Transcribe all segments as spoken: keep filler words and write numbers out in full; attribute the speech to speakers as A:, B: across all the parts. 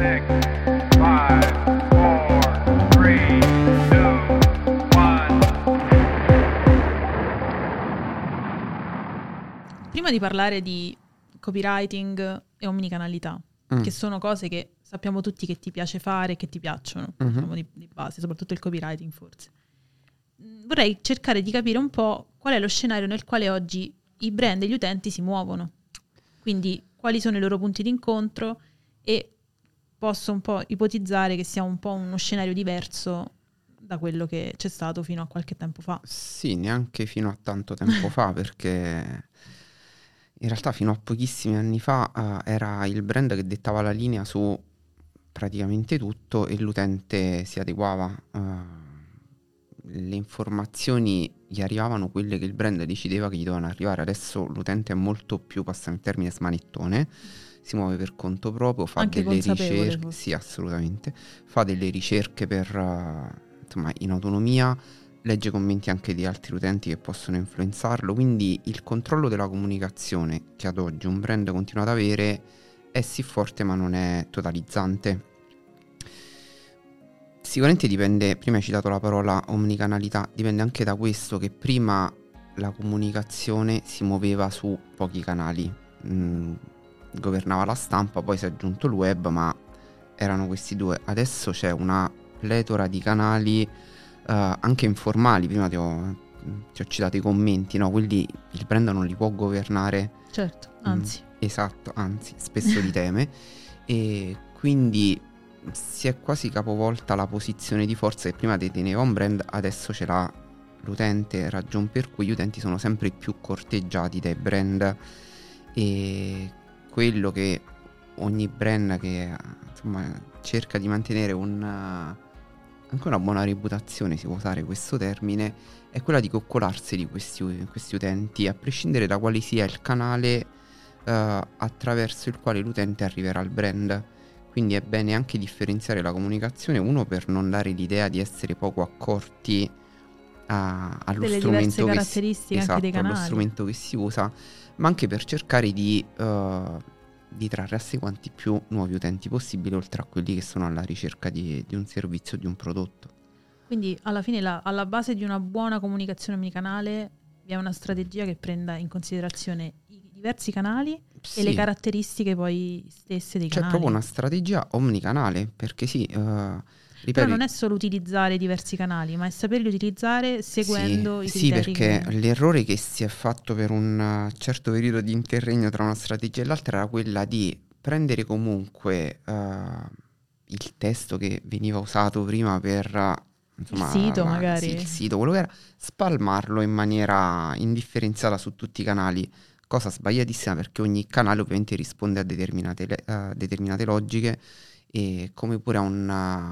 A: Prima di parlare di copywriting e omnicanalità, mm. che sono cose che sappiamo tutti che ti piace fare e che ti piacciono, mm-hmm. diciamo di, di base, soprattutto il copywriting forse. Vorrei cercare di capire un po' qual è lo scenario nel quale oggi i brand e gli utenti si muovono. Quindi quali sono i loro punti di incontro, e posso un po' ipotizzare che sia un po' uno scenario diverso da quello che c'è stato fino a qualche tempo fa.
B: Sì, neanche fino a tanto tempo fa, perché in realtà fino a pochissimi anni fa uh, era il brand che dettava la linea su praticamente tutto e l'utente si adeguava. Uh, le informazioni gli arrivavano quelle che il brand decideva che gli dovevano arrivare. Adesso l'utente è molto più, passami il termine, smanettone, si muove per conto proprio, fa
A: anche
B: delle ricerche,
A: forse.
B: sì, assolutamente, fa delle ricerche per uh, insomma, in autonomia, legge commenti anche di altri utenti che possono influenzarlo, quindi il controllo della comunicazione che ad oggi un brand continua ad avere è sì forte, ma non è totalizzante. Sicuramente dipende, prima hai citato la parola omnicanalità, dipende anche da questo, che prima la comunicazione si muoveva su pochi canali, mm, governava la stampa, poi si è aggiunto il web, ma erano questi due. Adesso c'è una pletora di canali Uh, anche informali. Prima ti ho, ti ho citato i commenti, no? Quelli il brand non li può governare.
A: Certo, anzi.
B: Mm, esatto, anzi, spesso li teme. E quindi si è quasi capovolta la posizione di forza che prima deteneva un brand, adesso ce l'ha l'utente, ragion per cui gli utenti sono sempre più corteggiati dai brand, e quello che ogni brand che insomma cerca di mantenere un anche una buona reputazione, si può usare questo termine, è quella di coccolarsi di questi, questi utenti, a prescindere da quale sia il canale uh, attraverso il quale l'utente arriverà al brand. Quindi è bene anche differenziare la comunicazione, uno per non dare l'idea di essere poco accorti a, allo
A: delle
B: strumento che
A: caratteristiche
B: si,
A: anche dei
B: esatto,
A: canali,
B: allo strumento che si usa, ma anche per cercare di uh, di trarre a sé quanti più nuovi utenti possibili, oltre a quelli che sono alla ricerca di, di un servizio o di un prodotto.
A: Quindi alla fine la, alla base di una buona comunicazione omnicanale vi è una strategia che prenda in considerazione i diversi canali, sì, e le caratteristiche poi stesse dei
B: C'è
A: canali.
B: C'è proprio una strategia omnicanale, perché sì, uh, ripeto,
A: però non è solo utilizzare diversi canali, ma è saperli utilizzare seguendo
B: sì,
A: i
B: sì,
A: criteri.
B: perché
A: che...
B: l'errore che si è fatto per un certo periodo di interregno tra una strategia e l'altra era quella di prendere comunque uh, il testo che veniva usato prima per insomma,
A: il sito
B: la,
A: magari
B: sì, il sito, quello che era, spalmarlo in maniera indifferenziata su tutti i canali, cosa sbagliatissima, perché ogni canale ovviamente risponde a determinate, uh, determinate logiche, e come pure a un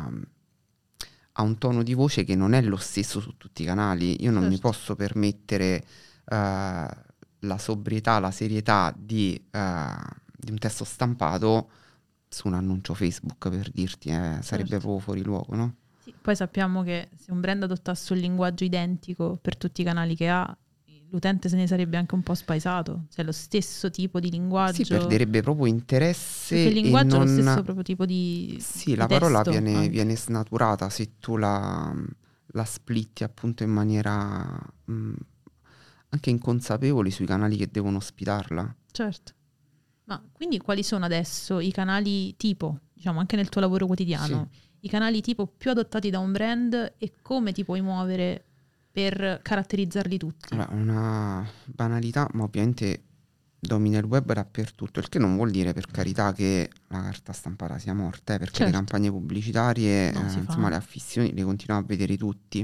B: ha un tono di voce che non è lo stesso su tutti i canali. Io non
A: certo.
B: mi posso permettere uh, la sobrietà, la serietà di, uh, di un testo stampato su un annuncio Facebook, per dirti, eh, sarebbe
A: certo.
B: proprio fuori luogo, no?
A: Sì, poi sappiamo che se un brand adottasse un linguaggio identico per tutti i canali che ha, l'utente se ne sarebbe anche un po' spaesato. Cioè lo stesso tipo di linguaggio.
B: Sì, perderebbe proprio interesse.
A: Perché il linguaggio
B: e non...
A: è lo stesso proprio tipo di
B: Sì,
A: di
B: la parola
A: testo,
B: viene, viene snaturata se tu la, la splitti appunto in maniera mh, anche inconsapevole sui canali che devono ospitarla.
A: Certo. Ma quindi quali sono adesso i canali tipo, diciamo anche nel tuo lavoro quotidiano, sì, i canali tipo più adottati da un brand, e come ti puoi muovere per caratterizzarli tutti?
B: Allora, una banalità, ma ovviamente domina il web dappertutto, il che non vuol dire, per carità, che la carta stampata sia morta, eh, perché certo, le campagne pubblicitarie,
A: no,
B: eh, insomma le affissioni le continuiamo a vedere tutti,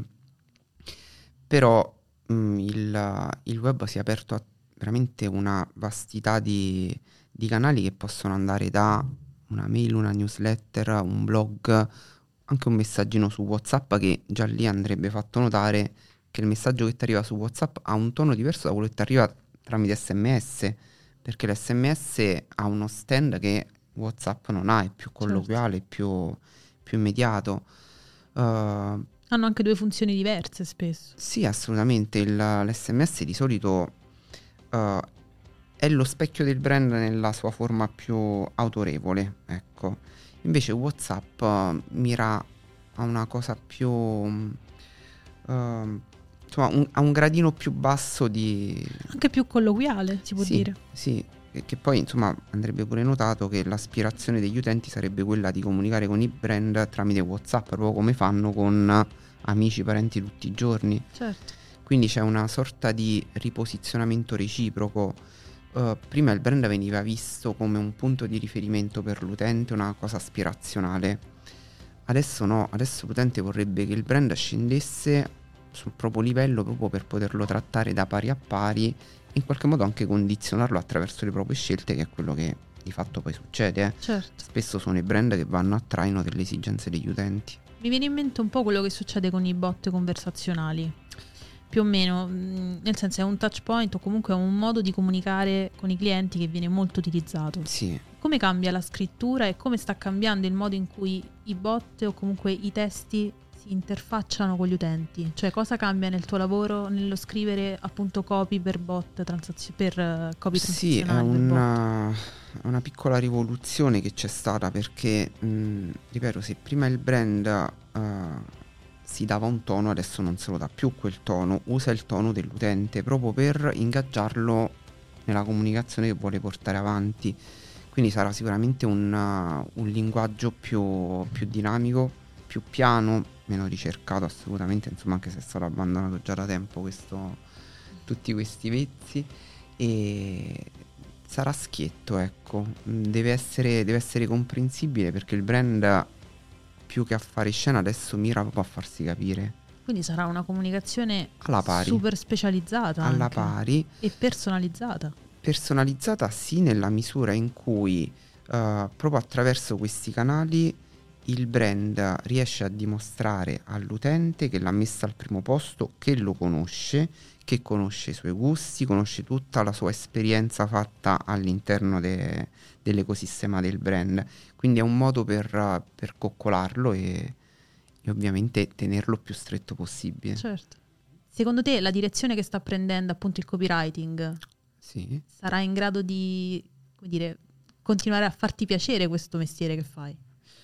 B: però mh, il, il web si è aperto a veramente una vastità di, di canali che possono andare da una mail, una newsletter, un blog, anche un messaggino su WhatsApp, che già lì andrebbe fatto notare che il messaggio che ti arriva su WhatsApp ha un tono diverso da quello che ti arriva tramite sms, perché l'esse emme esse ha uno stand che WhatsApp non ha, è più colloquiale, certo, più, più immediato. Uh,
A: Hanno anche due funzioni diverse spesso.
B: Sì, assolutamente. Il, l'esse emme esse di solito uh, è lo specchio del brand nella sua forma più autorevole, ecco. Invece WhatsApp uh, mira a una cosa più uh, insomma un, a un gradino più basso di...
A: Anche più colloquiale, si può
B: sì,
A: dire.
B: Sì, che, che poi insomma andrebbe pure notato che l'aspirazione degli utenti sarebbe quella di comunicare con i brand tramite WhatsApp, proprio come fanno con amici, parenti tutti i giorni.
A: Certo.
B: Quindi c'è una sorta di riposizionamento reciproco. Uh, prima il brand veniva visto come un punto di riferimento per l'utente, una cosa aspirazionale. Adesso no, adesso l'utente vorrebbe che il brand scendesse sul proprio livello proprio per poterlo trattare da pari a pari e in qualche modo anche condizionarlo attraverso le proprie scelte, che è quello che di fatto poi succede. Eh.
A: Certo.
B: Spesso sono i brand che vanno a traino delle esigenze degli utenti.
A: Mi viene in mente un po' quello che succede con i bot conversazionali. Più o meno, nel senso è un touch point o comunque è un modo di comunicare con i clienti che viene molto utilizzato.
B: Sì.
A: Come cambia la scrittura e come sta cambiando il modo in cui i bot o comunque i testi si interfacciano con gli utenti? Cioè cosa cambia nel tuo lavoro nello scrivere appunto copy per bot, transazio- per uh, copy
B: Sì, è
A: transazionali per
B: una,
A: bot?
B: una piccola rivoluzione che c'è stata perché, mh, ripeto, se prima il brand... Uh, si dava un tono, adesso non se lo dà più quel tono, usa il tono dell'utente proprio per ingaggiarlo nella comunicazione che vuole portare avanti. Quindi sarà sicuramente un, uh, un linguaggio più, più dinamico, più piano, meno ricercato assolutamente, insomma, anche se è stato abbandonato già da tempo questo, tutti questi vezzi, e sarà schietto, ecco, deve essere, deve essere comprensibile perché il brand, più che a fare scena, adesso mira proprio a farsi capire.
A: Quindi sarà una comunicazione
B: alla pari,
A: super specializzata
B: alla
A: anche,
B: pari
A: e personalizzata.
B: Personalizzata sì, nella misura in cui uh, proprio attraverso questi canali il brand riesce a dimostrare all'utente che l'ha messa al primo posto, che lo conosce, che conosce i suoi gusti, conosce tutta la sua esperienza fatta all'interno de- dell'ecosistema del brand. Quindi è un modo per, uh, per coccolarlo e, e ovviamente tenerlo più stretto possibile.
A: Certo. Secondo te la direzione che sta prendendo appunto il copywriting
B: sì.
A: sarà in grado di, come dire, continuare a farti piacere questo mestiere che fai?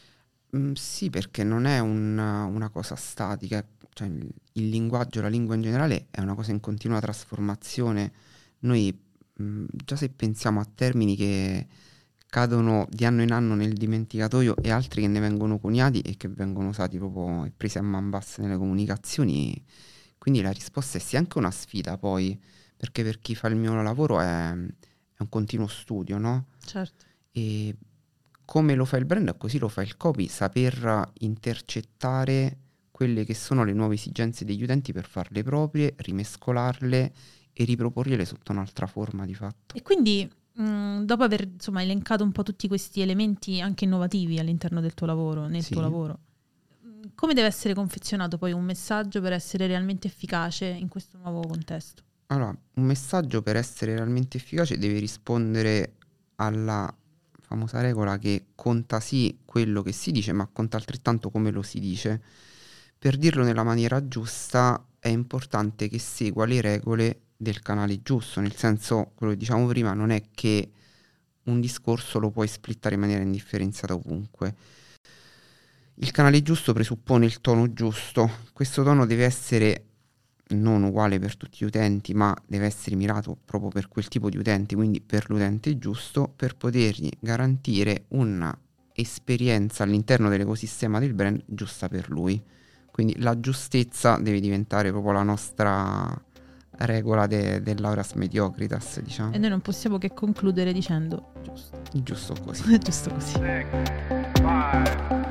B: Mm, sì, perché non è una, una cosa statica, cioè il, il linguaggio, la lingua in generale è una cosa in continua trasformazione. Noi mh, già se pensiamo a termini che cadono di anno in anno nel dimenticatoio e altri che ne vengono coniati e che vengono usati proprio e presi a man basse nelle comunicazioni, quindi la risposta è sì, anche una sfida poi, perché per chi fa il mio lavoro è, è un continuo studio, no?
A: Certo.
B: E come lo fa il brand, così lo fa il copy, saper intercettare quelle che sono le nuove esigenze degli utenti per farle proprie, rimescolarle e riproporle sotto un'altra forma di fatto.
A: E quindi mh, dopo aver insomma elencato un po' tutti questi elementi anche innovativi all'interno del tuo lavoro, nel
B: Sì.
A: tuo lavoro, mh, come deve essere confezionato poi un messaggio per essere realmente efficace in questo nuovo contesto?
B: Allora, un messaggio per essere realmente efficace deve rispondere alla famosa regola che conta sì quello che si dice, ma conta altrettanto come lo si dice. Per dirlo nella maniera giusta è importante che segua le regole del canale giusto, nel senso, quello che diciamo prima, non è che un discorso lo puoi splittare in maniera indifferenziata ovunque. Il canale giusto presuppone il tono giusto. Questo tono deve essere non uguale per tutti gli utenti, ma deve essere mirato proprio per quel tipo di utenti, quindi per l'utente giusto, per potergli garantire un'esperienza all'interno dell'ecosistema del brand giusta per lui. Quindi la giustezza deve diventare proprio la nostra regola de- dell'auras mediocritas, diciamo.
A: E noi non possiamo che concludere dicendo giusto.
B: Giusto così.
A: Giusto così.
C: Six, five,